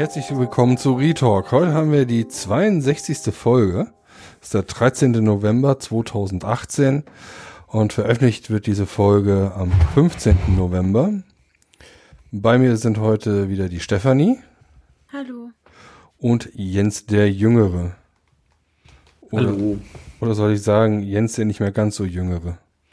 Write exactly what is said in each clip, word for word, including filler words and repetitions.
herzlich willkommen zu Retalk. Heute haben wir die zweiundsechzigste Folge. Das ist der dreizehnte November zweitausendachtzehn und veröffentlicht wird diese Folge am fünfzehnten November. Bei mir sind heute wieder die Stefanie. Hallo. Und Jens der Jüngere. Oder, Hallo. Oder soll ich sagen, Jens der nicht mehr ganz so Jüngere.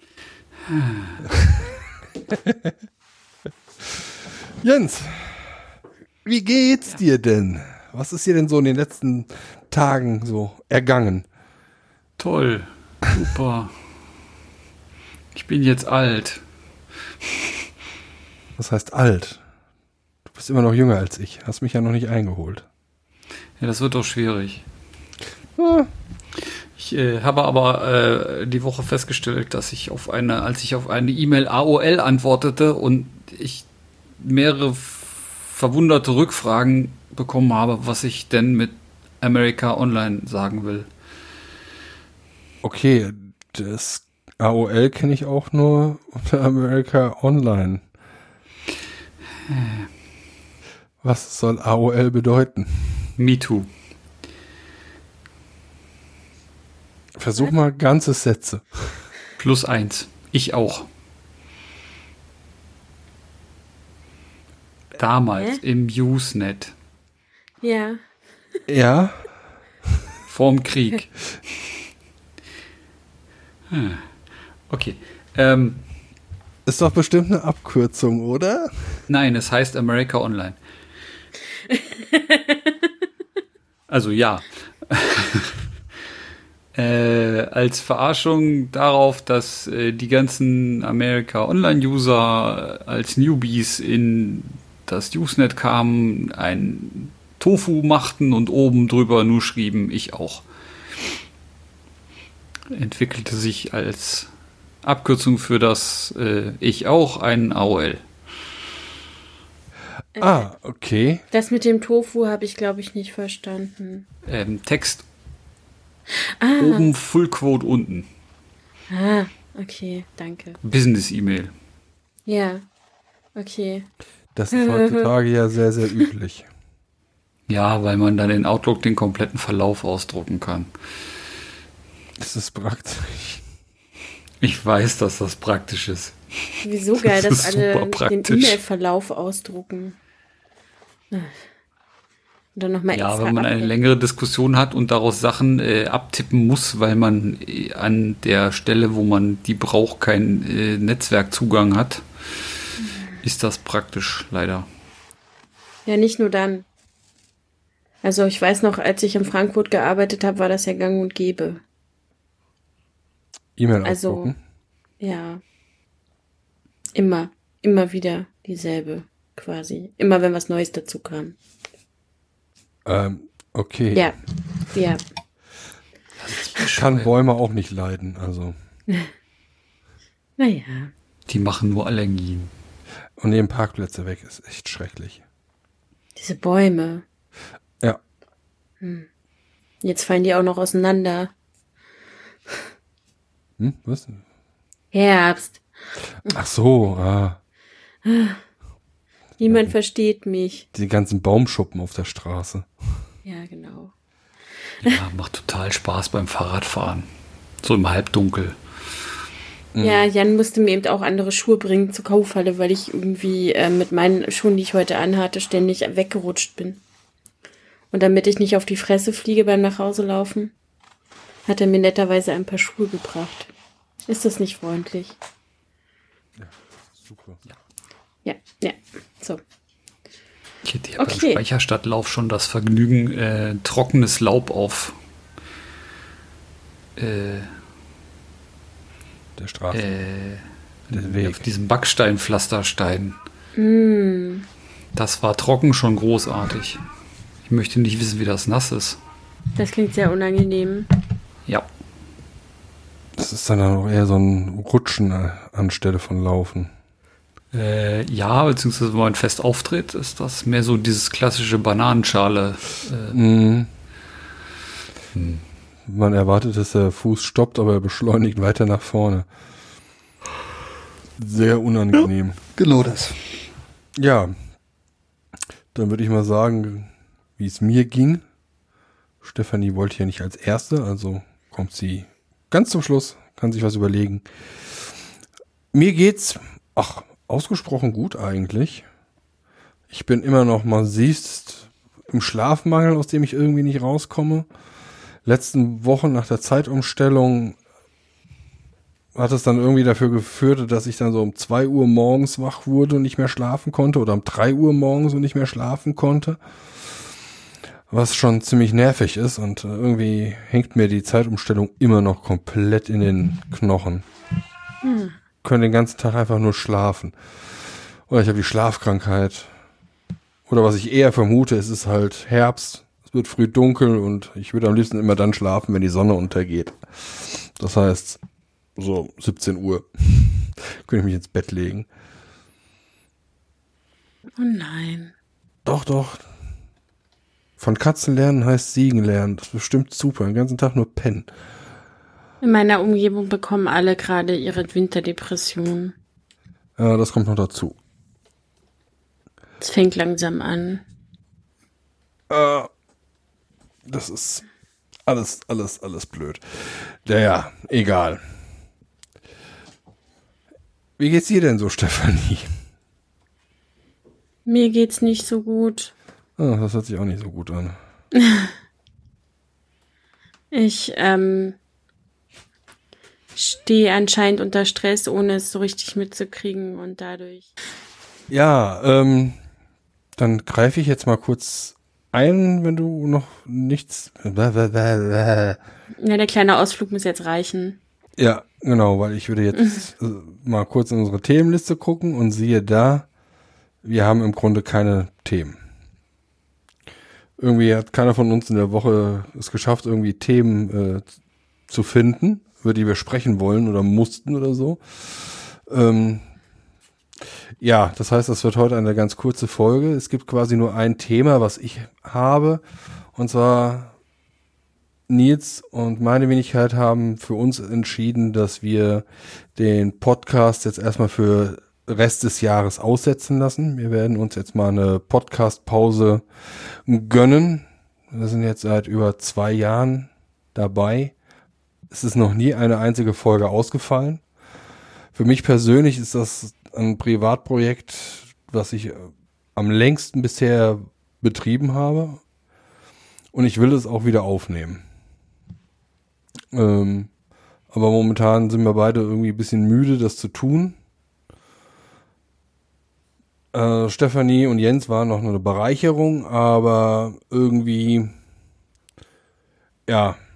Jens, wie geht's dir denn? Was ist dir denn so in den letzten Tagen so ergangen? Toll, super. Ich bin jetzt alt. Was heißt alt? Du bist immer noch jünger als ich. Hast mich ja noch nicht eingeholt. Ja, das wird doch schwierig. Ja. Ich äh, habe aber äh, die Woche festgestellt, dass ich auf eine, als ich auf eine E-Mail A O L antwortete und ich mehrere verwunderte Rückfragen bekommen habe, was ich denn mit America Online sagen will. Okay, das A O L kenne ich auch nur unter America Online. Was soll A O L bedeuten? Me too. Versuch mal ganze Sätze. Plus eins. Ich auch. Damals Hä? im Usenet. Ja. Ja? Vorm Krieg. Hm. Okay. Ähm, Ist doch bestimmt eine Abkürzung, oder? nein, es heißt America Online. Also ja. äh, als Verarschung darauf, dass äh, die ganzen America Online-User als Newbies in das Usenet kamen, ein Tofu machten und oben drüber nur schrieben, ich auch. Entwickelte sich als Abkürzung für das äh, ich auch ein A O L. Äh, Ah, okay. Das mit dem Tofu habe ich, glaube ich, nicht verstanden. Ähm, Text Ah, oben, Fullquote unten. ah, okay, danke. Business-E-Mail. Ja, okay. Das ist heutzutage ja sehr, sehr üblich. Ja, weil man dann in Outlook den kompletten Verlauf ausdrucken kann. Das ist praktisch. Ich weiß, dass das praktisch ist. Wieso geil, Das dass ist alle super den praktisch. E-Mail-Verlauf ausdrucken. Und dann nochmal Ja, extra wenn man eine abhängen. längere Diskussion hat und daraus Sachen äh, abtippen muss, weil man äh, an der Stelle, wo man die braucht, keinen äh, Netzwerkzugang hat, ist das praktisch, leider. Ja, nicht nur dann. Also ich weiß noch, als ich in Frankfurt gearbeitet habe, war das ja gang und gäbe. E-Mail Also, ausdrucken. ja. Immer, immer wieder dieselbe, quasi. Immer wenn was Neues dazu kam. Ähm, okay. Ja, ja. Ich kann Bäume auch nicht leiden, also. Naja. Die machen nur Allergien. Und nehmen Parkplätze weg, ist echt schrecklich. Diese Bäume. Ja. Jetzt fallen die auch noch auseinander. Hm, was? Herbst. Ach so, ah. Niemand versteht mich. Die ganzen Baumschuppen auf der Straße. Ja, genau. Ja, macht total Spaß beim Fahrradfahren. So im Halbdunkel. Ja, Jan musste mir eben auch andere Schuhe bringen zur Kaufhalle, weil ich irgendwie äh, mit meinen Schuhen, die ich heute anhatte, ständig weggerutscht bin. Und damit ich nicht auf die Fresse fliege beim Nachhauselaufen, hat er mir netterweise ein paar Schuhe gebracht. Ist das nicht freundlich? Super. Ja, ja. So. Ich hätte ja Okay. beim Speicherstadtlauf schon das Vergnügen, äh, trockenes Laub auf äh, Der Straße. äh, Der Weg. auf diesem Backsteinpflasterstein. Mm. Das war trocken schon großartig. Ich möchte nicht wissen, wie das nass ist. Das klingt sehr unangenehm. Ja. Das ist dann auch eher so ein Rutschen äh, anstelle von Laufen. Äh, ja, beziehungsweise wenn man fest auftritt, ist das mehr so dieses klassische Bananenschale. Äh, Mhm. hm. Man erwartet, dass der Fuß stoppt, aber er beschleunigt weiter nach vorne. Sehr unangenehm. Genau das. Ja, dann würde ich mal sagen, wie es mir ging. Stefanie wollte ja nicht als Erste, also kommt sie ganz zum Schluss, kann sich was überlegen. Mir geht's, ach, ausgesprochen gut eigentlich. Ich bin immer noch massivst im Schlafmangel, aus dem ich irgendwie nicht rauskomme. Letzten Wochen nach der Zeitumstellung hat es dann irgendwie dafür geführt, dass ich dann so um zwei Uhr morgens wach wurde und nicht mehr schlafen konnte oder um drei Uhr morgens und nicht mehr schlafen konnte. Was schon ziemlich nervig ist und irgendwie hängt mir die Zeitumstellung immer noch komplett in den Knochen. Hm. Können den ganzen Tag einfach nur schlafen. Oder ich habe die Schlafkrankheit. Oder was ich eher vermute, es ist halt Herbst, es wird früh dunkel und ich würde am liebsten immer dann schlafen, wenn die Sonne untergeht. Das heißt, so siebzehn Uhr könnte ich mich ins Bett legen. Oh nein. Doch, doch. Von Katzen lernen heißt Siegen lernen. Das ist bestimmt super. Den ganzen Tag nur pennen. In meiner Umgebung bekommen alle gerade ihre Winterdepression. Ja, das kommt noch dazu. Es fängt langsam an. Äh, das ist alles, alles, alles blöd. Ja, ja, egal. Wie geht's dir denn so, Stefanie? Mir geht's nicht so gut. Ah, das hört sich auch nicht so gut an. Ich ähm, stehe anscheinend unter Stress, ohne es so richtig mitzukriegen und dadurch. Ja, ähm, dann greife ich jetzt mal kurz ein, wenn du noch nichts... Ja, der kleine Ausflug muss jetzt reichen. Ja, genau, weil ich würde jetzt äh, mal kurz in unsere Themenliste gucken und siehe da, wir haben im Grunde keine Themen. Irgendwie hat keiner von uns in der Woche es geschafft, irgendwie Themen äh, zu finden, über die wir sprechen wollen oder mussten oder so. Ähm, ja, das heißt, das wird heute eine ganz kurze Folge. Es gibt quasi nur ein Thema, was ich habe, und zwar Nils und meine Wenigkeit haben für uns entschieden, dass wir den Podcast jetzt erstmal für Rest des Jahres aussetzen lassen. Wir werden uns jetzt mal eine Podcast-Pause gönnen. Wir sind jetzt seit über zwei Jahren dabei. Es ist noch nie eine einzige Folge ausgefallen. Für mich persönlich ist das ein Privatprojekt, was ich am längsten bisher betrieben habe. Und ich will es auch wieder aufnehmen. Ähm, aber momentan sind wir beide irgendwie ein bisschen müde, das zu tun. Äh, Stefanie und Jens waren noch eine Bereicherung, aber irgendwie, ja,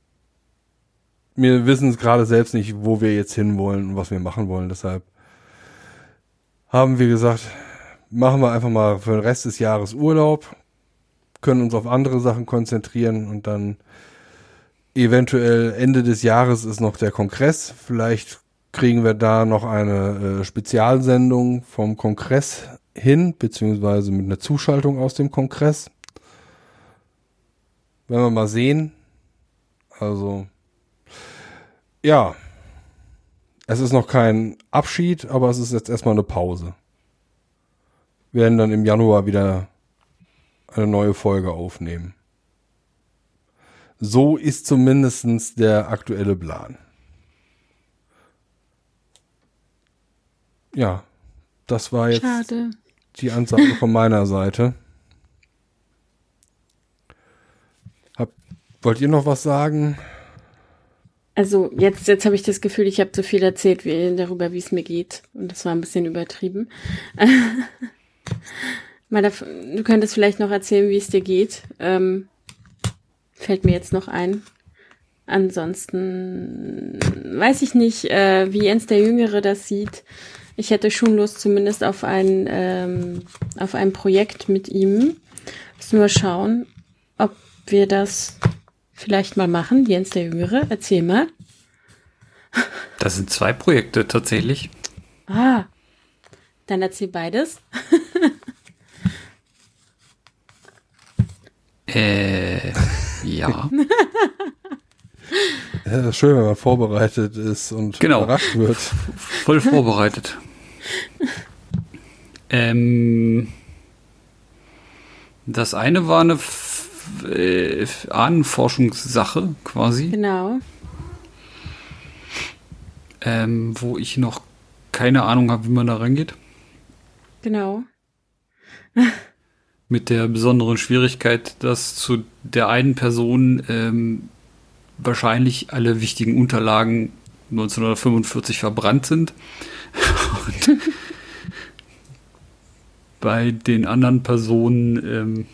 wir wissen es gerade selbst nicht, wo wir jetzt hinwollen und was wir machen wollen. Deshalb haben wir gesagt, machen wir einfach mal für den Rest des Jahres Urlaub, können uns auf andere Sachen konzentrieren und dann eventuell Ende des Jahres ist noch der Kongress. Vielleicht kriegen wir da noch eine äh, Spezialsendung vom Kongress hin, beziehungsweise mit einer Zuschaltung aus dem Kongress. Werden wir mal sehen. Also, ja, es ist noch kein Abschied, aber es ist jetzt erstmal eine Pause. Wir werden dann im Januar wieder eine neue Folge aufnehmen. So ist zumindest der aktuelle Plan. Ja, das war jetzt Schade. Die Ansage von meiner Seite. Hab, wollt ihr noch was sagen? Also jetzt, jetzt habe ich das Gefühl, ich habe so viel erzählt wie, darüber, wie es mir geht. Und das war ein bisschen übertrieben. Mal da, du könntest vielleicht noch erzählen, wie es dir geht. Ähm, fällt mir jetzt noch ein. Ansonsten weiß ich nicht, äh, wie Jens der Jüngere das sieht. Ich hätte schon Lust zumindest auf ein, ähm, auf ein Projekt mit ihm. Müssen wir schauen, ob wir das vielleicht mal machen. Jens der Jüngere, erzähl mal. Das sind zwei Projekte tatsächlich. Ah, dann erzähl beides. äh, ja. Ja, das ist schön, wenn man vorbereitet ist und genau. überrascht wird. Voll vorbereitet. ähm, Das eine war eine F- äh, Ahnenforschungssache quasi. Genau. Ähm, wo ich noch keine Ahnung habe, wie man da rangeht. Genau. Mit der besonderen Schwierigkeit, dass zu der einen Person ähm, wahrscheinlich alle wichtigen Unterlagen neunzehnhundertfünfundvierzig verbrannt sind. Und bei den anderen Personen ähm,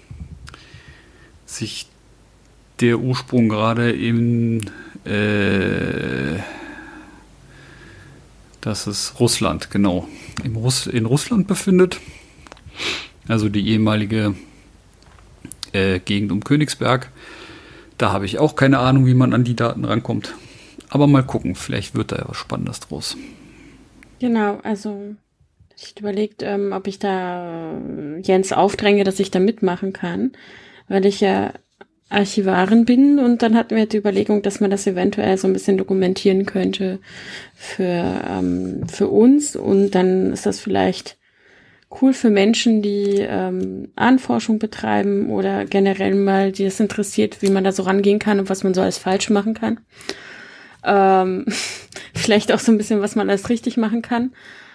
sich der Ursprung gerade in äh, das ist Russland, genau, im Russ- in Russland befindet. Also die ehemalige äh, Gegend um Königsberg. Da habe ich auch keine Ahnung, wie man an die Daten rankommt. Aber mal gucken, vielleicht wird da ja was Spannendes draus. Genau, also ich habe überlegt, ähm, ob ich da äh, Jens aufdränge, dass ich da mitmachen kann, weil ich ja Archivarin bin, und dann hatten wir die Überlegung, dass man das eventuell so ein bisschen dokumentieren könnte für, ähm, für uns, und dann ist das vielleicht cool für Menschen, die ähm, Ahnenforschung betreiben oder generell mal, die es interessiert, wie man da so rangehen kann und was man so alles falsch machen kann. Ähm, vielleicht auch so ein bisschen, was man alles richtig machen kann.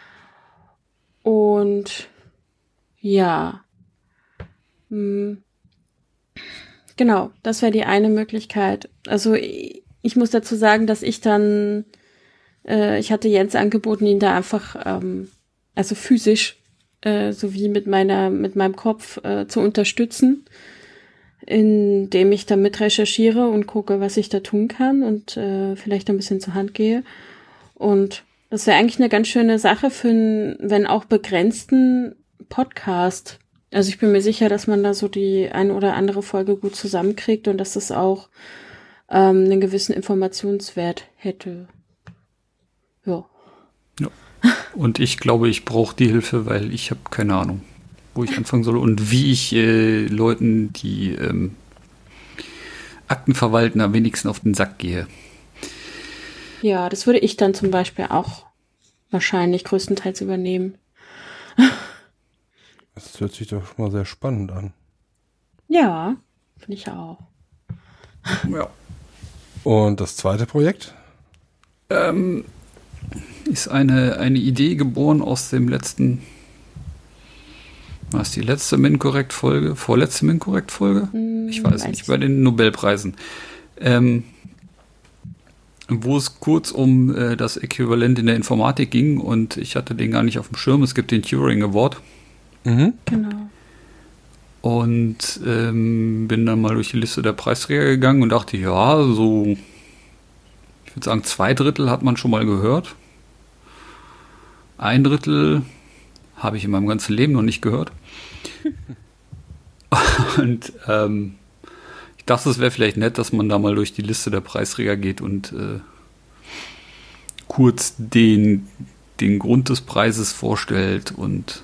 Und ja, hm. Genau, das wäre die eine Möglichkeit. Also ich muss dazu sagen, dass ich dann, äh, ich hatte Jens angeboten, ihn da einfach, ähm, also physisch, äh, sowie mit meiner, mit meinem Kopf äh, zu unterstützen, indem ich damit recherchiere und gucke, was ich da tun kann und äh, vielleicht ein bisschen zur Hand gehe. Und das wäre eigentlich eine ganz schöne Sache für einen, wenn auch begrenzten Podcast. Also ich bin mir sicher, dass man da so die ein oder andere Folge gut zusammenkriegt und dass das auch ähm, einen gewissen Informationswert hätte. Ja. Ja. Und ich glaube, ich brauche die Hilfe, weil ich habe keine Ahnung, wo ich anfangen soll und wie ich äh, Leuten, die ähm, Akten verwalten, am wenigsten auf den Sack gehe. Ja, das würde ich dann zum Beispiel auch wahrscheinlich größtenteils übernehmen. Das hört sich doch schon mal sehr spannend an. Ja, finde ich auch. Ja. Und das zweite Projekt? Ähm, ist eine, eine Idee geboren aus dem letzten, was ist die letzte MinCorrect-Folge? Vorletzte MinCorrect-Folge? Hm, ich weiß weiß nicht, bei den Nobelpreisen. Ähm, wo es kurz um äh, das Äquivalent in der Informatik ging und ich hatte den gar nicht auf dem Schirm. Es gibt den Turing Award. Mhm. Genau. Und ähm, bin dann mal durch die Liste der Preisträger gegangen und dachte, ja, so, ich würde sagen, zwei Drittel hat man schon mal gehört. Ein Drittel habe ich in meinem ganzen Leben noch nicht gehört. Und ähm, ich dachte, es wäre vielleicht nett, dass man da mal durch die Liste der Preisträger geht und äh, kurz den, den Grund des Preises vorstellt und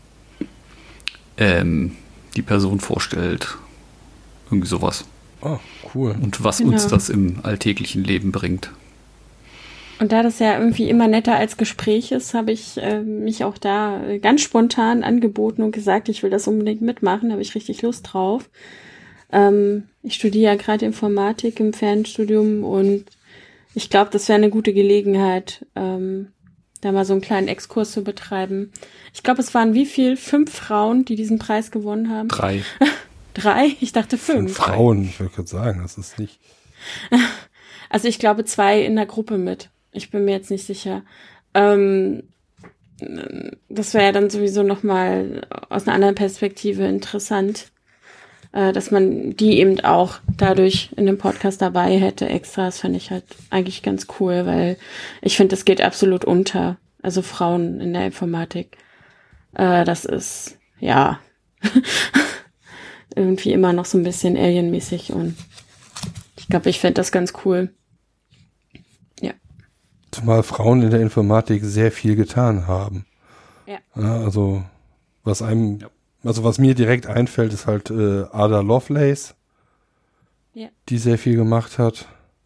ähm, die Person vorstellt. Irgendwie sowas. Oh, cool. Und was Genau. uns das im alltäglichen Leben bringt. Und da das ja irgendwie immer netter als Gespräch ist, habe ich äh, mich auch da äh, ganz spontan angeboten und gesagt, ich will das unbedingt mitmachen, da habe ich richtig Lust drauf. Ähm, ich studiere ja gerade Informatik im Fernstudium und ich glaube, das wäre eine gute Gelegenheit, ähm, da mal so einen kleinen Exkurs zu betreiben. Ich glaube, es waren wie viel? Fünf Frauen, die diesen Preis gewonnen haben? Drei. Drei? Ich dachte fünf. Fünf Frauen, ich würde gerade sagen, das ist nicht. Also ich glaube zwei in der Gruppe mit. Ich bin mir jetzt nicht sicher. Ähm, das wäre ja dann sowieso nochmal aus einer anderen Perspektive interessant, äh, dass man die eben auch dadurch in dem Podcast dabei hätte extra. Das fand ich halt eigentlich ganz cool, weil ich finde, das geht absolut unter. Also Frauen in der Informatik. Äh, das ist, ja, irgendwie immer noch so ein bisschen alienmäßig und ich glaube, ich fände das ganz cool. Ja. Zumal Frauen in der Informatik sehr viel getan haben. Ja. Ja, also, was einem, ja. also was mir direkt einfällt, ist halt äh, Ada Lovelace, ja. die sehr viel gemacht hat.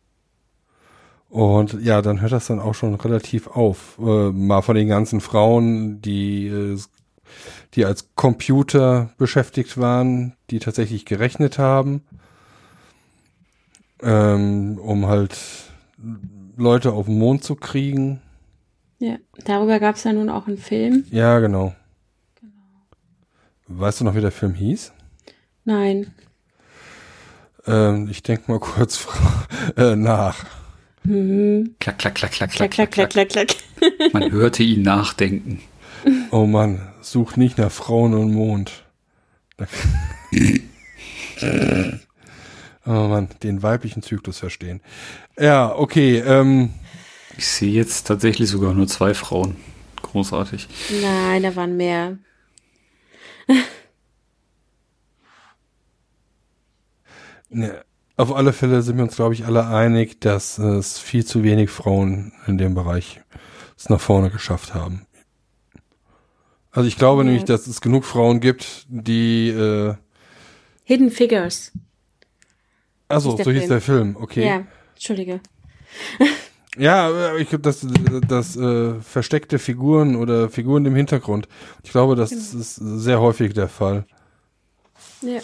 Und ja, dann hört das dann auch schon relativ auf. Äh, mal von den ganzen Frauen, die äh, die als Computer beschäftigt waren, die tatsächlich gerechnet haben, ähm, um halt Leute auf den Mond zu kriegen. Ja, darüber gab es ja nun auch einen Film. Ja, genau. genau. Weißt du noch, wie der Film hieß? Nein. Ähm, ich denke mal kurz äh, nach. Mhm. Klack, klack, klack, klack, klack, klack, klack, klack, klack. Man hörte ihn nachdenken. Oh Mann, such nicht nach Frauen und Mond. Oh Mann, den weiblichen Zyklus verstehen. Ja, okay. Ähm, ich sehe jetzt tatsächlich sogar nur zwei Frauen. Großartig. Nein, da waren mehr. Ja, auf alle Fälle sind wir uns, glaube ich, alle einig, dass es viel zu wenig Frauen in dem Bereich es nach vorne geschafft haben. Also ich glaube ja. nämlich, dass es genug Frauen gibt, die äh, Hidden Figures. Achso, so hieß der Film, okay. Ja, Entschuldige. Ja, ich glaube, das, das äh, versteckte Figuren oder Figuren im Hintergrund. Ich glaube, das genau. ist sehr häufig der Fall. Ja.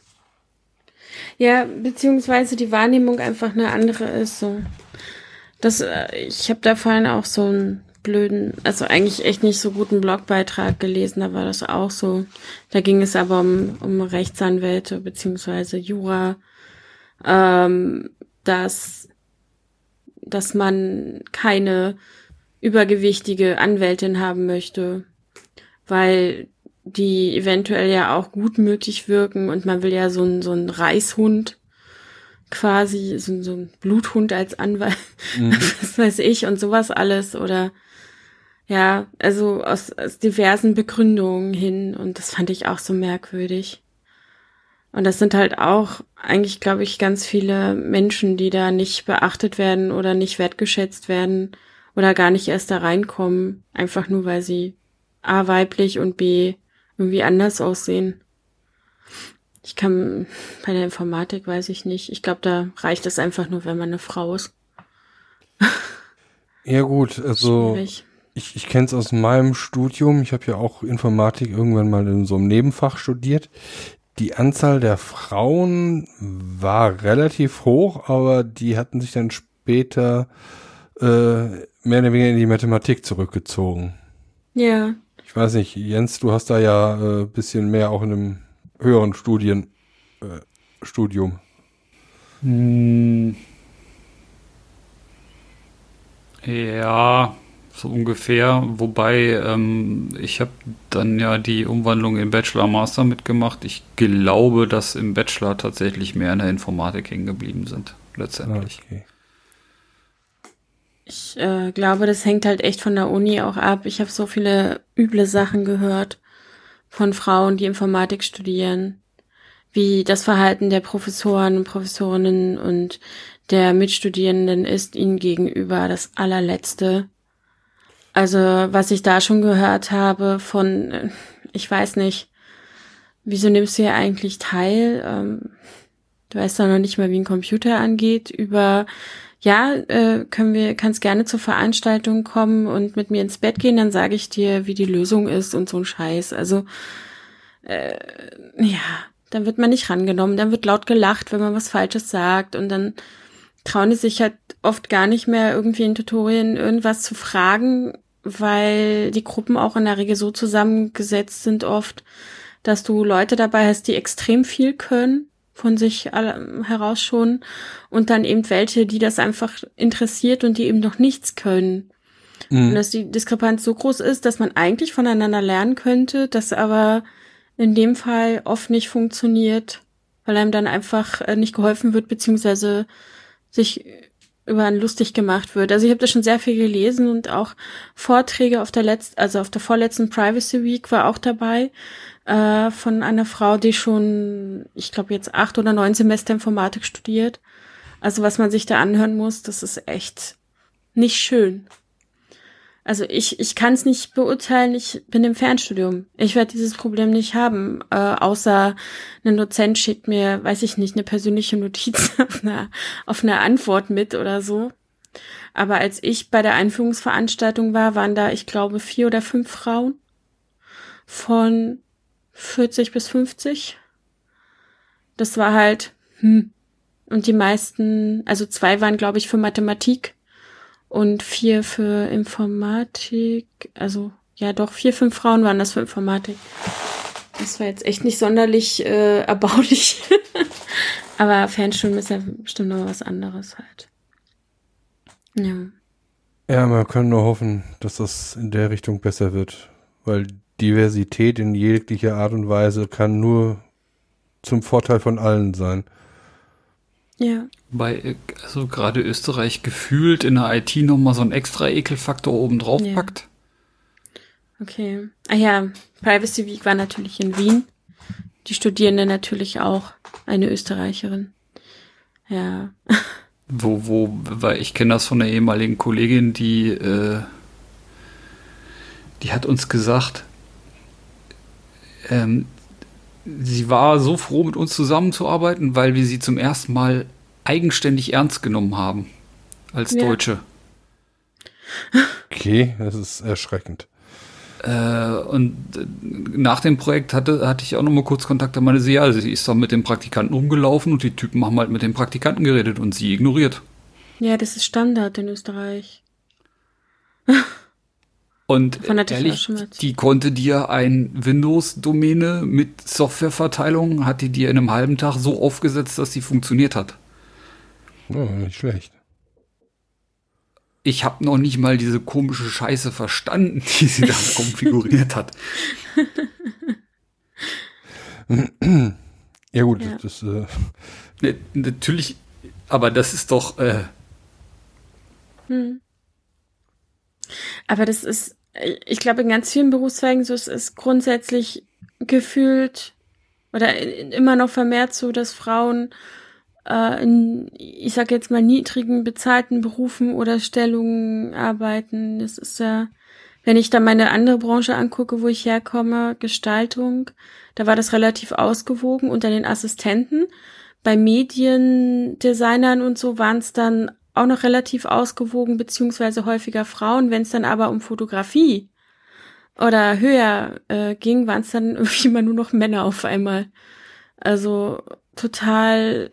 Ja, beziehungsweise die Wahrnehmung einfach eine andere ist. So. Das, ich habe da vorhin auch so einen blöden, also eigentlich echt nicht so guten Blogbeitrag gelesen, da war das auch so. Da ging es aber um, um Rechtsanwälte beziehungsweise Jura, ähm, dass, dass man keine übergewichtige Anwältin haben möchte, weil die eventuell ja auch gutmütig wirken und man will ja so ein so ein Reißhund quasi, so, so ein Bluthund als Anwalt, mhm. was weiß ich und sowas alles oder ja, also aus, aus diversen Begründungen hin und das fand ich auch so merkwürdig. Und das sind halt auch eigentlich, glaube ich, ganz viele Menschen, die da nicht beachtet werden oder nicht wertgeschätzt werden oder gar nicht erst da reinkommen, einfach nur weil sie A, weiblich und B, irgendwie anders aussehen. Ich kann, bei der Informatik weiß ich nicht. Ich glaube, da reicht es einfach nur, wenn man eine Frau ist. Ja gut, also Schwierig. ich, ich kenne es aus meinem Studium. Ich habe ja auch Informatik irgendwann mal in so einem Nebenfach studiert. Die Anzahl der Frauen war relativ hoch, aber die hatten sich dann später äh, mehr oder weniger in die Mathematik zurückgezogen. Ja. Ich weiß nicht, Jens, du hast da ja ein äh, bisschen mehr auch in einem höheren Studien, äh, Studium. Hm. Ja, so ungefähr. Wobei, ähm, ich habe dann ja die Umwandlung in Bachelor-Master mitgemacht. Ich glaube, dass im Bachelor tatsächlich mehr in der Informatik hängen geblieben sind, letztendlich. Okay. Ich äh, glaube, das hängt halt echt von der Uni auch ab. Ich habe so viele üble Sachen gehört von Frauen, die Informatik studieren, wie das Verhalten der Professoren und Professorinnen und der Mitstudierenden ist ihnen gegenüber das allerletzte. Also was ich da schon gehört habe von, ich weiß nicht, wieso nimmst du hier eigentlich teil? Ähm, du weißt doch noch nicht mal, wie ein Computer angeht, über ja, äh, können wir, kannst gerne zur Veranstaltung kommen und mit mir ins Bett gehen, dann sage ich dir, wie die Lösung ist und so ein Scheiß. Also, äh, ja, dann wird man nicht rangenommen, dann wird laut gelacht, wenn man was Falsches sagt und dann trauen die sich halt oft gar nicht mehr irgendwie in Tutorien irgendwas zu fragen, weil die Gruppen auch in der Regel so zusammengesetzt sind oft, dass du Leute dabei hast, die extrem viel können, von sich heraus schon und dann eben welche, die das einfach interessiert und die eben noch nichts können. Mhm. Und dass die Diskrepanz so groß ist, dass man eigentlich voneinander lernen könnte, das aber in dem Fall oft nicht funktioniert, weil einem dann einfach nicht geholfen wird, beziehungsweise sich über einen lustig gemacht wird. Also ich habe da schon sehr viel gelesen und auch Vorträge auf der letzten, also auf der vorletzten Privacy Week war auch dabei, äh, von einer Frau, die schon, ich glaube jetzt acht oder neun Semester Informatik studiert. Also was man sich da anhören muss, das ist echt nicht schön. Also ich ich kann es nicht beurteilen, ich bin im Fernstudium. Ich werde dieses Problem nicht haben, äh, außer ein Dozent schickt mir, weiß ich nicht, eine persönliche Notiz auf eine, auf eine Antwort mit oder so. Aber als ich bei der Einführungsveranstaltung war, waren da, ich glaube, vier oder fünf Frauen. von vierzig bis fünfzig. Das war halt, hm. Und die meisten, also zwei waren, glaube ich, für Mathematik und vier für Informatik. Also, ja doch, vier, fünf Frauen waren das für Informatik. Das war jetzt echt nicht sonderlich äh, erbaulich. Aber Fernstudium ist ja bestimmt noch was anderes halt. Ja. Ja, man kann nur hoffen, dass das in der Richtung besser wird. Weil Diversität in jeglicher Art und Weise kann nur zum Vorteil von allen sein. Ja. Bei, also gerade Österreich gefühlt in der I T nochmal so einen extra Ekelfaktor oben drauf Ja. packt. Okay. Ah ja, Privacy Week war natürlich in Wien. Die Studierende natürlich auch. Eine Österreicherin. Ja. Wo, wo, weil ich kenne das von einer ehemaligen Kollegin, die, äh, die hat uns gesagt, ähm, sie war so froh, mit uns zusammenzuarbeiten, weil wir sie zum ersten Mal eigenständig ernst genommen haben. Als Ja. Deutsche. Okay, das ist erschreckend. Äh, und äh, nach dem Projekt hatte, hatte ich auch noch mal kurz Kontakt, da meinte sie, ja, sie ist dann mit den Praktikanten rumgelaufen und die Typen haben halt mit den Praktikanten geredet und sie ignoriert. Ja, das ist Standard in Österreich. Und Davon hatte ich auch ehrlich, schon mal erzählt. die konnte dir ein Windows-Domäne mit Softwareverteilung, hat die dir in einem halben Tag so aufgesetzt, dass sie funktioniert hat. Oh, nicht schlecht. Ich habe noch nicht mal diese komische Scheiße verstanden, die sie da konfiguriert hat. Ja gut, Ja. das, das äh, Ne, natürlich, aber das ist doch, äh, Hm. Aber das ist, ich glaube, in ganz vielen Berufszweigen so, es ist grundsätzlich gefühlt oder in- immer noch vermehrt so, dass Frauen äh, in, ich sag jetzt mal, niedrigen bezahlten Berufen oder Stellungen arbeiten. Das ist ja, wenn ich da meine andere Branche angucke, wo ich herkomme, Gestaltung, da war das relativ ausgewogen unter den Assistenten. Bei Mediendesignern und so waren es dann auch noch relativ ausgewogen, beziehungsweise häufiger Frauen. Wenn es dann aber um Fotografie oder höher äh, ging, waren es dann irgendwie immer nur noch Männer auf einmal. Also total,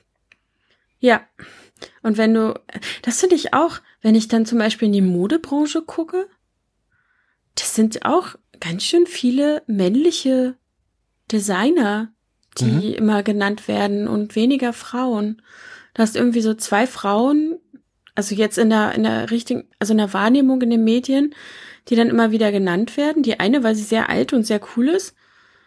ja. Und wenn du, das finde ich auch, wenn ich dann zum Beispiel in die Modebranche gucke, das sind auch ganz schön viele männliche Designer, die Mhm. immer genannt werden und weniger Frauen. Du hast irgendwie so zwei Frauen, also jetzt in der, in der richtigen, also in der Wahrnehmung in den Medien, die dann immer wieder genannt werden. Die eine, weil sie sehr alt und sehr cool ist.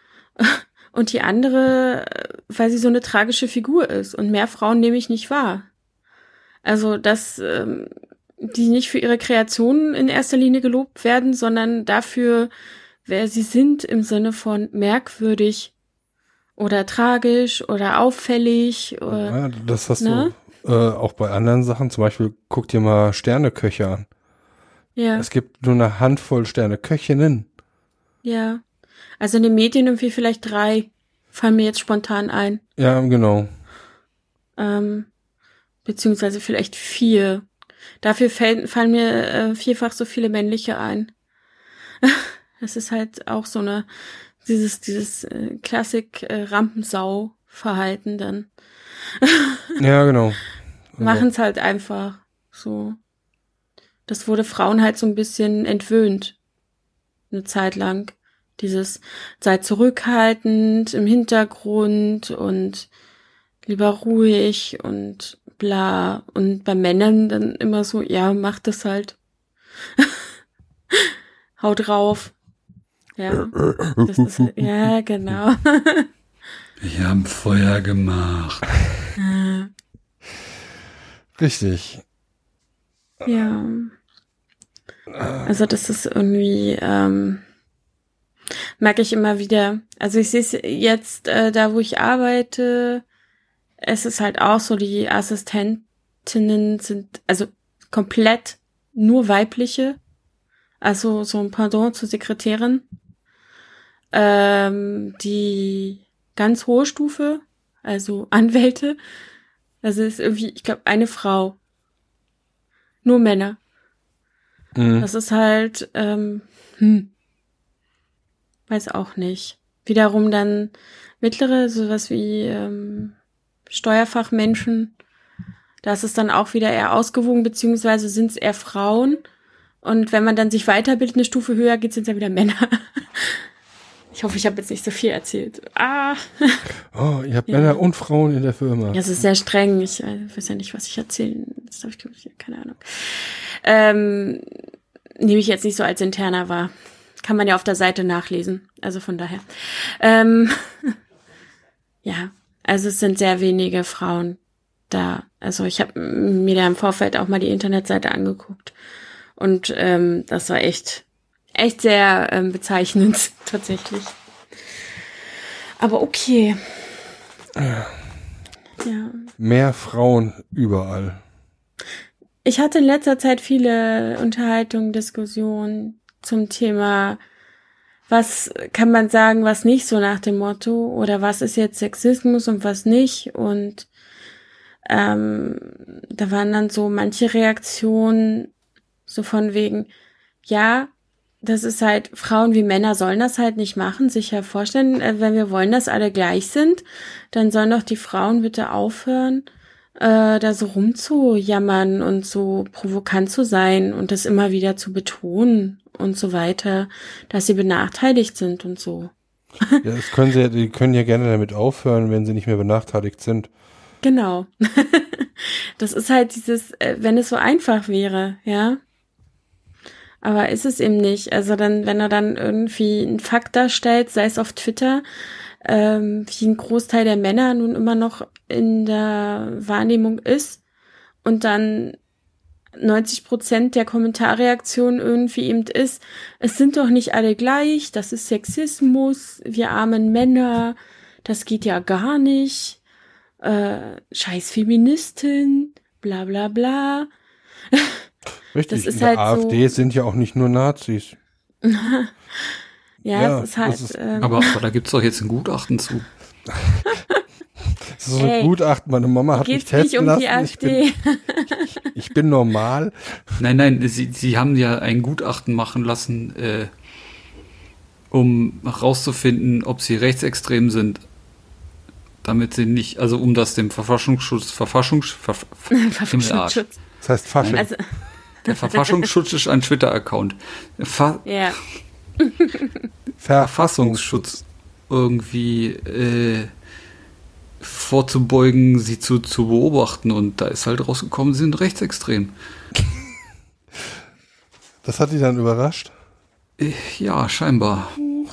Und die andere, weil sie so eine tragische Figur ist. Und mehr Frauen nehme ich nicht wahr. Also, dass ähm, die nicht für ihre Kreationen in erster Linie gelobt werden, sondern dafür, wer sie sind im Sinne von merkwürdig oder tragisch oder auffällig. Oder, ja, das hast ne? du äh, auch bei anderen Sachen. Zum Beispiel guck dir mal Sterneköche an. Ja, Es gibt nur eine Handvoll Sterneköchinnen. ja. Also in den Medien irgendwie vielleicht drei fallen mir jetzt spontan ein. Ja, genau. Ähm, beziehungsweise vielleicht vier. Dafür fällen, fallen mir äh, vierfach so viele männliche ein. Das ist halt auch so eine, dieses, dieses äh, Klassik-Rampensau-Verhalten dann. Ja, genau. Also, Machen es halt einfach so. Das wurde Frauen halt so ein bisschen entwöhnt. Eine Zeit lang. Dieses, sei zurückhaltend im Hintergrund und lieber ruhig und bla. Und bei Männern dann immer so, ja, mach das halt. Hau drauf. Ja. Das ist, ja, genau. ich habe Feuer gemacht. richtig. Ja. Also das ist irgendwie, ähm, merke ich immer wieder. Also ich sehe es jetzt, äh, da wo ich arbeite, es ist halt auch so, die Assistentinnen sind also komplett nur weibliche. Also so ein Pendant zur Sekretärin. Ähm, die ganz hohe Stufe, also Anwälte. Also ist irgendwie, ich glaube, eine Frau. Nur Männer. Mhm. Das ist halt, ähm, hm. weiß auch nicht. Wiederum dann mittlere, sowas wie ähm, Steuerfachmenschen, da ist es dann auch wieder eher ausgewogen, beziehungsweise sind es eher Frauen. Und wenn man dann sich weiterbildet, eine Stufe höher geht, sind es ja wieder Männer. Ich hoffe, ich habe jetzt nicht so viel erzählt. Ah. Oh, ihr habt Ja. Männer und Frauen in der Firma. Ja, es ist sehr streng. Ich äh, weiß ja nicht, was ich erzählen. Das habe ich, glaube ich, keine Ahnung. Ähm, nehme ich jetzt nicht so als interner wahr. Kann man ja auf der Seite nachlesen. Also von daher. Ähm, ja, also es sind sehr wenige Frauen da. Also ich habe mir da im Vorfeld auch mal die Internetseite angeguckt. Und ähm, das war echt, echt sehr ähm, bezeichnend, tatsächlich. Aber okay. Ja. Mehr Frauen überall. Ich hatte in letzter Zeit viele Unterhaltungen, Diskussionen zum Thema, was kann man sagen, was nicht, so nach dem Motto, oder was ist jetzt Sexismus und was nicht. Und ähm, da waren dann so manche Reaktionen so von wegen, ja, das ist halt, Frauen wie Männer sollen das halt nicht machen, sich ja vorstellen, äh, wenn wir wollen, dass alle gleich sind, dann sollen doch die Frauen bitte aufhören, äh, da so rumzujammern und so provokant zu sein und das immer wieder zu betonen und so weiter, dass sie benachteiligt sind und so. Ja, das können sie, die können ja gerne damit aufhören, wenn sie nicht mehr benachteiligt sind. Genau. Das ist halt dieses, äh, wenn es so einfach wäre, ja. Aber ist es eben nicht. Also dann, wenn er dann irgendwie einen Fakt darstellt, sei es auf Twitter, ähm, wie ein Großteil der Männer nun immer noch in der Wahrnehmung ist und dann neunzig Prozent der Kommentarreaktion irgendwie eben ist, es sind doch nicht alle gleich, das ist Sexismus, wir armen Männer, das geht ja gar nicht, äh, scheiß Feministin, bla bla bla. Richtig, Das ist in der halt AfD so, sind ja auch nicht nur Nazis. ja, Ja, es ist halt, das ist- ähm, Aber, aber da gibt's doch jetzt ein Gutachten zu. Das ist so ein Ey, Gutachten, meine Mama hat mich geht's nicht testen um lassen. die Ich AfD. bin, ich bin normal. Nein, nein, sie, sie haben ja ein Gutachten machen lassen, äh, um herauszufinden, ob sie rechtsextrem sind. Damit sie nicht, also um das dem Verfassungsschutz, Verfassungs, Verf, Verfassungsschutz. Das heißt Fasching. Also, Der Verfassungsschutz ist ein Twitter-Account. Ver ja. Verfassungsschutz irgendwie äh, vorzubeugen, sie zu, zu beobachten. Und da ist halt rausgekommen, sie sind rechtsextrem. Das hat die dann überrascht. Äh, ja, scheinbar.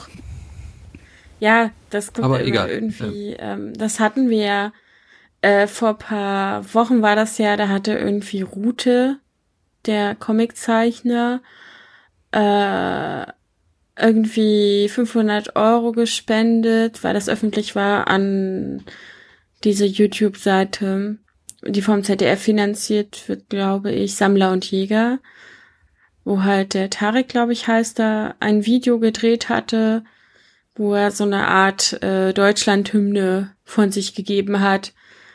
Ja, das kommt Aber immer egal. irgendwie, ähm, das hatten wir ja, äh, vor ein paar Wochen war das ja, da hatte irgendwie Rute, der Comiczeichner, äh, irgendwie fünfhundert Euro gespendet, weil das öffentlich war, an diese YouTube-Seite, die vom Z D F finanziert wird, glaube ich, Sammler und Jäger, wo halt der Tarek, glaube ich, heißt da, ein Video gedreht hatte, wo er so eine Art äh, Deutschland-Hymne von sich gegeben hat.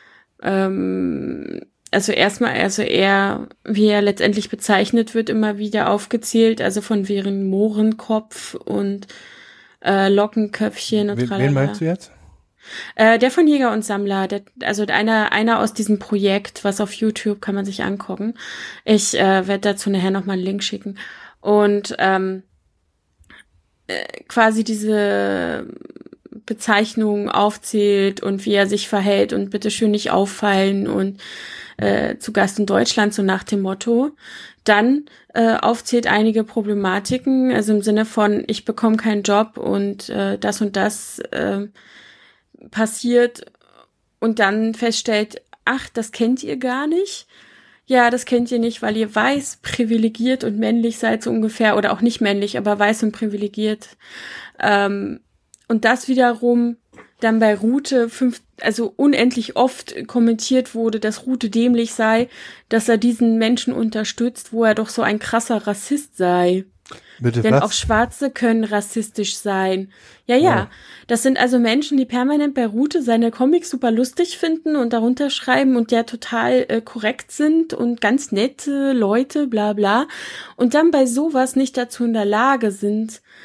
Ähm, also erstmal, also er, wie er letztendlich bezeichnet wird, immer wieder aufgezählt, also von wegen Mohrenkopf und äh, Lockenköpfchen und Wen, tralala. wen meinst du jetzt? Äh, der von Jäger und Sammler, der, also einer einer aus diesem Projekt, was auf YouTube kann man sich angucken. Ich äh, werde dazu nachher nochmal einen Link schicken. Und ähm, äh, quasi diese Bezeichnung aufzählt und wie er sich verhält und bitteschön nicht auffallen und äh, zu Gast in Deutschland, so nach dem Motto. Dann äh, aufzählt einige Problematiken, also im Sinne von, ich bekomme keinen Job und äh, das und das äh, passiert und dann feststellt, ach, das kennt ihr gar nicht. Ja, das kennt ihr nicht, weil ihr weiß, privilegiert und männlich seid so ungefähr, oder auch nicht männlich, aber weiß und privilegiert. Ähm, und das wiederum dann bei Rute fünf, also unendlich oft kommentiert wurde, dass Rute dämlich sei, dass er diesen Menschen unterstützt, wo er doch so ein krasser Rassist sei. Bitte Denn was? auch Schwarze können rassistisch sein. Ja, ja. Oh. Das sind also Menschen, die permanent bei Rute seine Comics super lustig finden und darunter schreiben und ja total äh, korrekt sind und ganz nette Leute, bla bla. Und dann bei sowas nicht dazu in der Lage sind,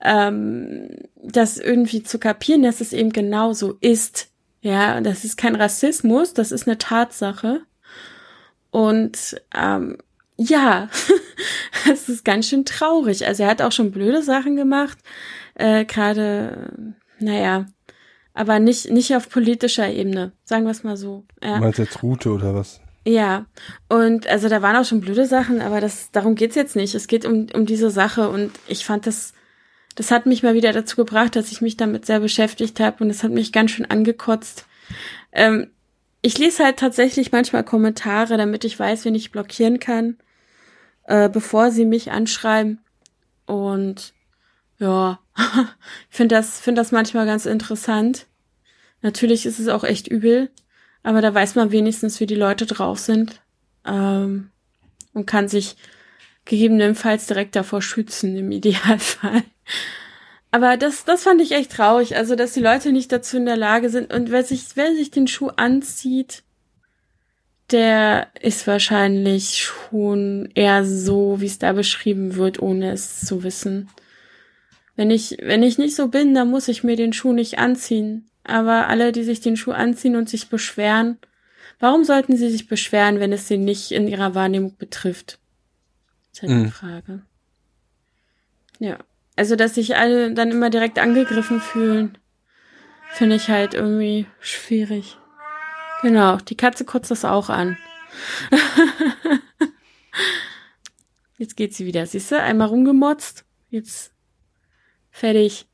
ähm, das irgendwie zu kapieren, dass es eben genau so ist. Ja, das ist kein Rassismus, das ist eine Tatsache. Und ähm, ja, es ist ganz schön traurig. Also er hat auch schon blöde Sachen gemacht, äh, gerade, naja, aber nicht nicht auf politischer Ebene, sagen wir es mal so. Ja. Du meinst jetzt Rute oder was? Ja, und also da waren auch schon blöde Sachen, aber das darum geht's jetzt nicht. Es geht um um diese Sache und ich fand das, das hat mich mal wieder dazu gebracht, dass ich mich damit sehr beschäftigt habe und es hat mich ganz schön angekotzt. Ähm, ich lese halt tatsächlich manchmal Kommentare, damit ich weiß, wen ich blockieren kann, äh, bevor sie mich anschreiben. Und ja, ich finde das, finde das manchmal ganz interessant. Natürlich ist es auch echt übel, aber da weiß man wenigstens, wie die Leute drauf sind, ähm, und kann sich gegebenenfalls direkt davor schützen, im Idealfall. Aber das, das fand ich echt traurig, also, dass die Leute nicht dazu in der Lage sind. Und wer sich, wer sich den Schuh anzieht, der ist wahrscheinlich schon eher so, wie es da beschrieben wird, ohne es zu wissen. Wenn ich, wenn ich nicht so bin, dann muss ich mir den Schuh nicht anziehen. Aber alle, die sich den Schuh anziehen und sich beschweren, warum sollten sie sich beschweren, wenn es sie nicht in ihrer Wahrnehmung betrifft? Das ist halt die Frage. Ja. Also, dass sich alle dann immer direkt angegriffen fühlen, finde ich halt irgendwie schwierig. Genau, die Katze kotzt das auch an. Jetzt geht sie wieder, siehst du? Einmal rumgemotzt, jetzt fertig.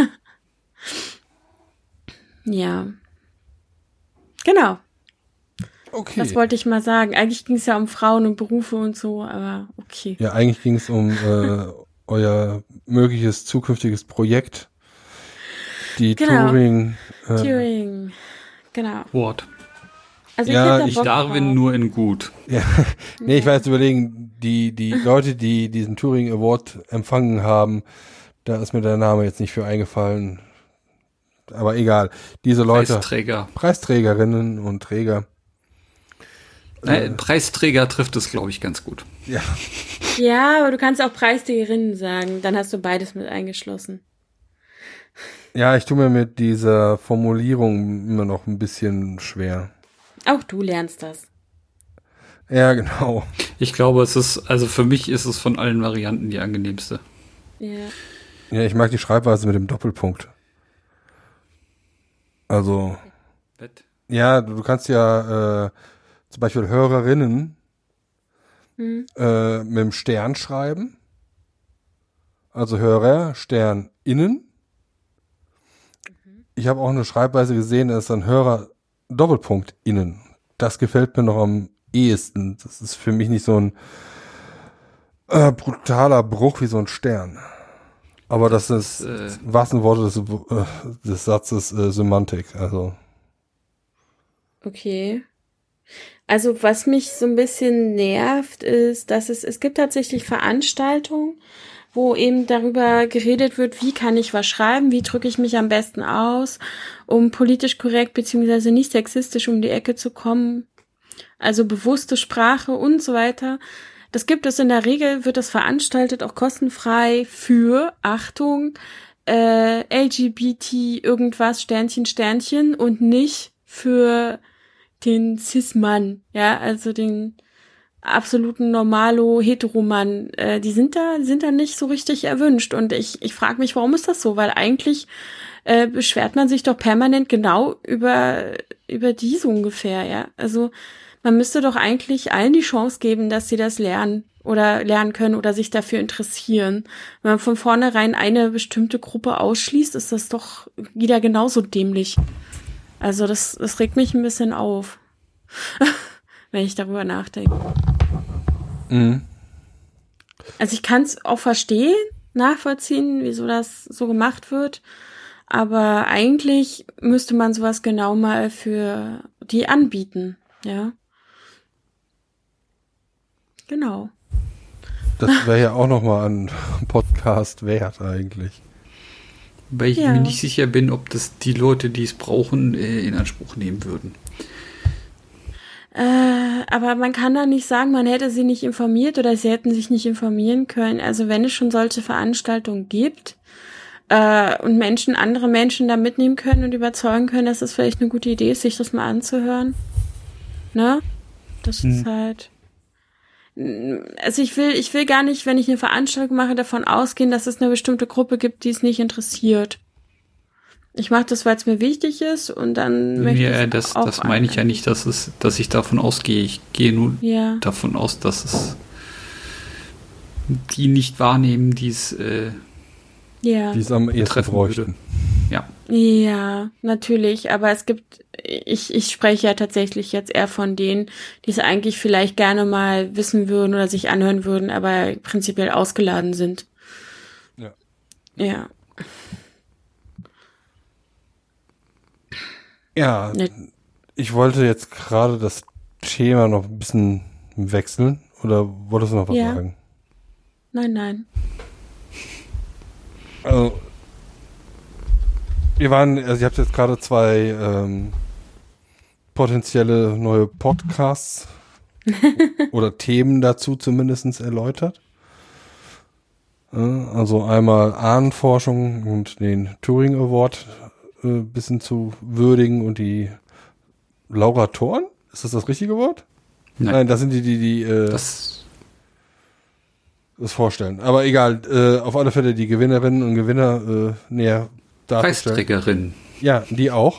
Ja. Genau. Okay. Das wollte ich mal sagen. Eigentlich ging es ja um Frauen und Berufe und so, aber okay. Ja, eigentlich ging es um äh, euer mögliches zukünftiges Projekt. Die Genau. Turing. Äh, Turing. Genau. Wort. Also Ja, ich, hätte Ich Bock Darwin drauf. nur in gut. Ja, nee, ich war jetzt überlegen, die, die Leute, die diesen Turing Award empfangen haben, da ist mir der Name jetzt nicht für eingefallen. Aber egal. Diese Leute, Preisträger. Preisträgerinnen und Träger. Nein, Preisträger trifft es, glaube ich, ganz gut. Ja, Ja, aber du kannst auch Preisträgerinnen sagen. Dann hast du beides mit eingeschlossen. ja, ich tue mir mit dieser Formulierung immer noch ein bisschen schwer. Auch du lernst das. Ja, genau. Ich glaube, es ist, also für mich ist es von allen Varianten die angenehmste. Ja. Ja, ich mag die Schreibweise mit dem Doppelpunkt. Also, Bett. ja, du du kannst ja äh, zum Beispiel Hörerinnen Hm. äh, mit dem Stern schreiben. Also Hörer, Stern, innen. Ich habe auch eine Schreibweise gesehen, da ist dann Hörer, Doppelpunkt, innen. Das gefällt mir noch am ehesten. Das ist für mich nicht so ein äh, brutaler Bruch wie so ein Stern. Aber das ist äh, im wahrsten Worte des, äh, des Satzes äh, Semantik. Also Okay. Also was mich so ein bisschen nervt, ist, dass es, es gibt tatsächlich Veranstaltungen, wo eben darüber geredet wird, wie kann ich was schreiben, wie drücke ich mich am besten aus, um politisch korrekt beziehungsweise nicht sexistisch um die Ecke zu kommen. Also bewusste Sprache und so weiter. Das gibt es in der Regel, wird das veranstaltet, auch kostenfrei für, Achtung, äh, L G B T irgendwas, Sternchen, Sternchen und nicht für den Cis-Mann, ja, also den absoluten Normalo-Heteromann, äh, die sind da, sind da nicht so richtig erwünscht. Und ich, ich frage mich, warum ist das so? Weil eigentlich äh, beschwert man sich doch permanent genau über, über die so ungefähr, ja. Also man müsste doch eigentlich allen die Chance geben, dass sie das lernen oder lernen können oder sich dafür interessieren. Wenn man von vornherein eine bestimmte Gruppe ausschließt, ist das doch wieder genauso dämlich. Also das, das regt mich ein bisschen auf, wenn ich darüber nachdenke. mhm. Also ich kann es auch verstehen, nachvollziehen, wieso das so gemacht wird. Aber eigentlich müsste man sowas genau mal für die anbieten, ja. Genau. Das wäre ja auch nochmal ein Podcast wert eigentlich. Weil ich Ja. mir nicht sicher bin, ob das die Leute, die es brauchen, äh, in Anspruch nehmen würden. Äh, aber man kann da nicht sagen, man hätte sie nicht informiert oder sie hätten sich nicht informieren können. Also wenn es schon solche Veranstaltungen gibt, äh, und Menschen, andere Menschen da mitnehmen können und überzeugen können, dass es vielleicht eine gute Idee ist, sich das mal anzuhören. Ne? Das hm. ist halt. Also ich will, ich will gar nicht, wenn ich eine Veranstaltung mache, davon ausgehen, dass es eine bestimmte Gruppe gibt, die es nicht interessiert. Ich mache das, weil es mir wichtig ist und dann möchte ja, ich das, auch das meine ich ja nicht, dass es, dass ich davon ausgehe. Ich gehe nur ja. davon aus, dass es die nicht wahrnehmen, die es äh, ja. die es am ehesten bräuchten. Ja. Ja, natürlich, aber es gibt, ich, ich spreche ja tatsächlich jetzt eher von denen, die es eigentlich vielleicht gerne mal wissen würden oder sich anhören würden, aber prinzipiell ausgeladen sind. Ja. Ja. Ja, ich wollte jetzt gerade das Thema noch ein bisschen wechseln. Oder wolltest du noch was ja. sagen? Nein, nein. Also, wir waren, also ihr habt jetzt gerade zwei ähm, potenzielle neue Podcasts oder Themen dazu zumindest erläutert. Also einmal Ahnenforschung und den Turing Award ein bisschen zu würdigen und die Lauratoren, ist das das richtige Wort? Nein, Nein das sind die, die, die äh, das, das vorstellen. Aber egal, äh, auf alle Fälle die Gewinnerinnen und Gewinner äh, näher darzustellen. Preisträgerin. Ja, die auch.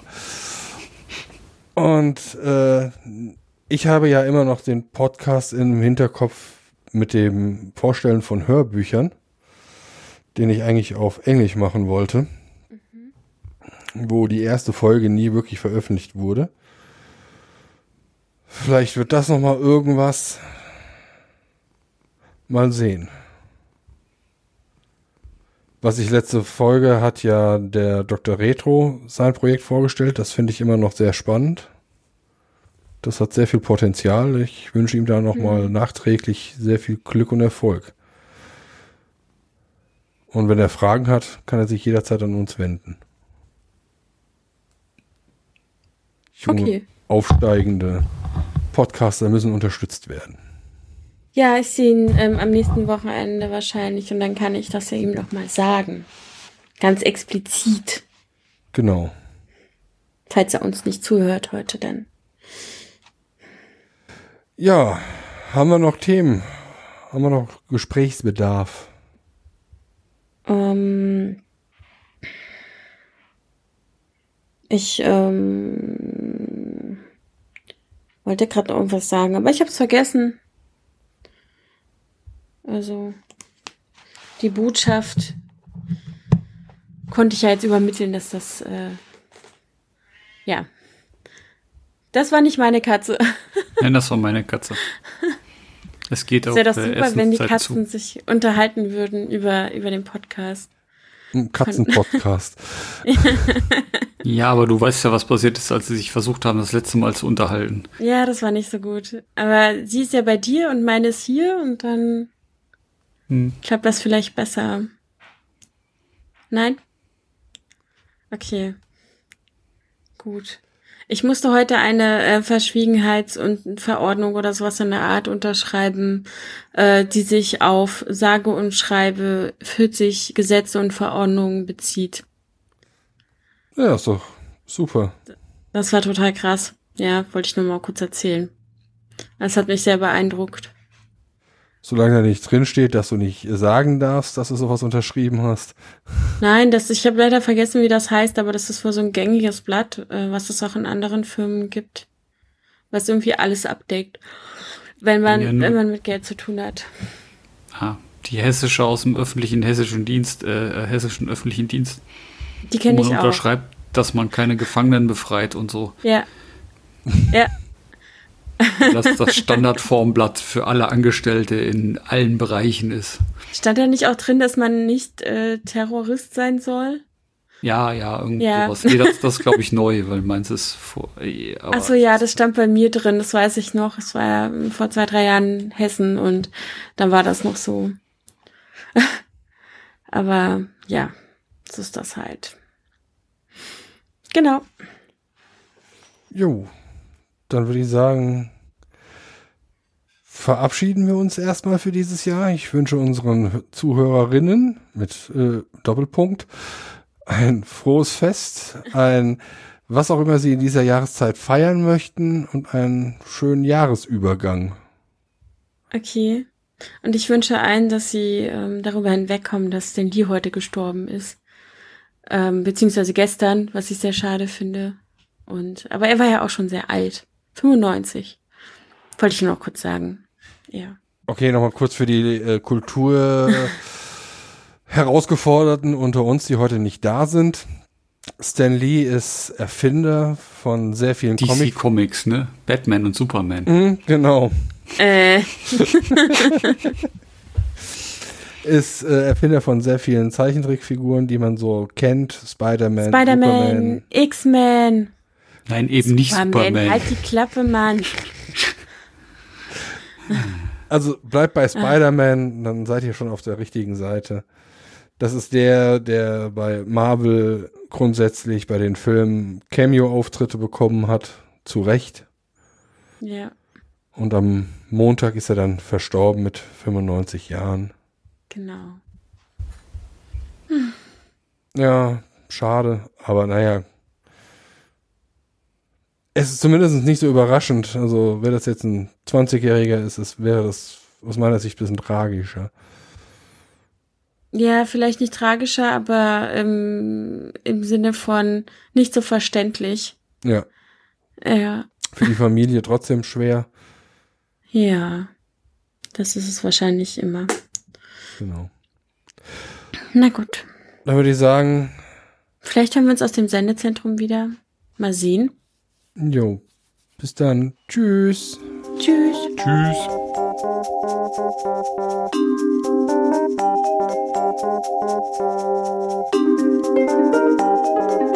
Und äh, ich habe ja immer noch den Podcast im Hinterkopf mit dem Vorstellen von Hörbüchern, den ich eigentlich auf Englisch machen wollte. Wo die erste Folge nie wirklich veröffentlicht wurde. Vielleicht wird das nochmal irgendwas. Mal sehen. Was ich letzte Folge hat ja der Doktor Retro sein Projekt vorgestellt. Das finde ich immer noch sehr spannend. Das hat sehr viel Potenzial. Ich wünsche ihm da nochmal mhm. nachträglich sehr viel Glück und Erfolg. Und wenn er Fragen hat, kann er sich jederzeit an uns wenden. Junge, okay. Aufsteigende Podcaster müssen unterstützt werden. Ja, ich sehe ihn ähm, am nächsten Wochenende wahrscheinlich und dann kann ich das ja ihm noch mal sagen. Ganz explizit. Genau. Falls er uns nicht zuhört heute dann. Ja, haben wir noch Themen? Haben wir noch Gesprächsbedarf? Ähm... Ich ähm, wollte gerade irgendwas sagen, aber ich habe es vergessen. Also die Botschaft konnte ich ja jetzt übermitteln, dass das äh, ja, das war nicht meine Katze. Nein, das war meine Katze. Es geht auch. Es wäre doch super, wenn die Katzen zu. sich unterhalten würden über über den Podcast. Ein Katzenpodcast. Ja, aber du weißt ja, was passiert ist, als sie sich versucht haben, das letzte Mal zu unterhalten. Ja, das war nicht so gut. Aber sie ist ja bei dir und meine ist hier und dann hm. klappt das vielleicht besser. Nein? Okay. Gut. Ich musste heute eine äh, Verschwiegenheits- und Verordnung oder sowas in der Art unterschreiben, äh, die sich auf sage und schreibe vierzig Gesetze und Verordnungen bezieht. Ja, ist doch super. Das war total krass. Ja, wollte ich nur mal kurz erzählen. Das hat mich sehr beeindruckt. Solange da nicht drinsteht, dass du nicht sagen darfst, dass du sowas unterschrieben hast. Nein, das, ich habe leider vergessen, wie das heißt, aber das ist wohl so ein gängiges Blatt, äh, was es auch in anderen Firmen gibt, was irgendwie alles abdeckt, wenn man, ja, wenn man mit Geld zu tun hat. Ah, die hessische aus dem öffentlichen hessischen Dienst, äh, hessischen öffentlichen Dienst. Die kenne ich auch. Man unterschreibt, dass man keine Gefangenen befreit und so. Ja. Ja. Dass das Standardformblatt für alle Angestellte in allen Bereichen ist. Stand da nicht auch drin, dass man nicht äh, Terrorist sein soll? Ja, ja, irgendwie ja. sowas. Nee, das, das glaube ich neu, weil meins ist vor... Achso, ja, das stand bei mir drin, das weiß ich noch. Es war ja vor zwei, drei Jahren in Hessen und dann war das noch so. Aber ja, so ist das halt. Genau. Jo. Dann würde ich sagen, verabschieden wir uns erstmal für dieses Jahr. Ich wünsche unseren Zuhörerinnen mit äh, Doppelpunkt ein frohes Fest, ein was auch immer sie in dieser Jahreszeit feiern möchten und einen schönen Jahresübergang. Okay. Und ich wünsche allen, dass sie ähm, darüber hinwegkommen, dass Stan Lee heute gestorben ist. Ähm, beziehungsweise gestern, was ich sehr schade finde. Und aber er war ja auch schon sehr alt. fünfundneunzig. Wollte ich nur noch kurz sagen. Ja. Okay, nochmal kurz für die äh, Kultur Herausgeforderten unter uns, die heute nicht da sind. Stan Lee ist Erfinder von sehr vielen D C Comic- Comics, ne? Batman und Superman. Mhm, genau. Äh. Ist äh, Erfinder von sehr vielen Zeichentrickfiguren, die man so kennt. Spider-Man, Spider-Man, Superman. X-Men. Nein, eben nicht Superman. Halt die Klappe, Mann. Also bleibt bei Spider-Man, dann seid ihr schon auf der richtigen Seite. Das ist der, der bei Marvel grundsätzlich bei den Filmen Cameo-Auftritte bekommen hat. Zu Recht. Ja. Und am Montag ist er dann verstorben mit fünfundneunzig Jahren. Genau. Hm. Ja, schade, aber naja. Es ist zumindest nicht so überraschend. Also, wenn das jetzt ein zwanzigjähriger ist, es wäre das aus meiner Sicht ein bisschen tragischer. Ja, vielleicht nicht tragischer, aber im, im Sinne von nicht so verständlich. Ja. Ja. Für die Familie trotzdem schwer. Ja. Das ist es wahrscheinlich immer. Genau. Na gut. Dann würde ich sagen. Vielleicht hören wir uns aus dem Sendezentrum wieder. Mal sehen. Jo. Bis dann. Tschüss. Tschüss. Tschüss. Thank you.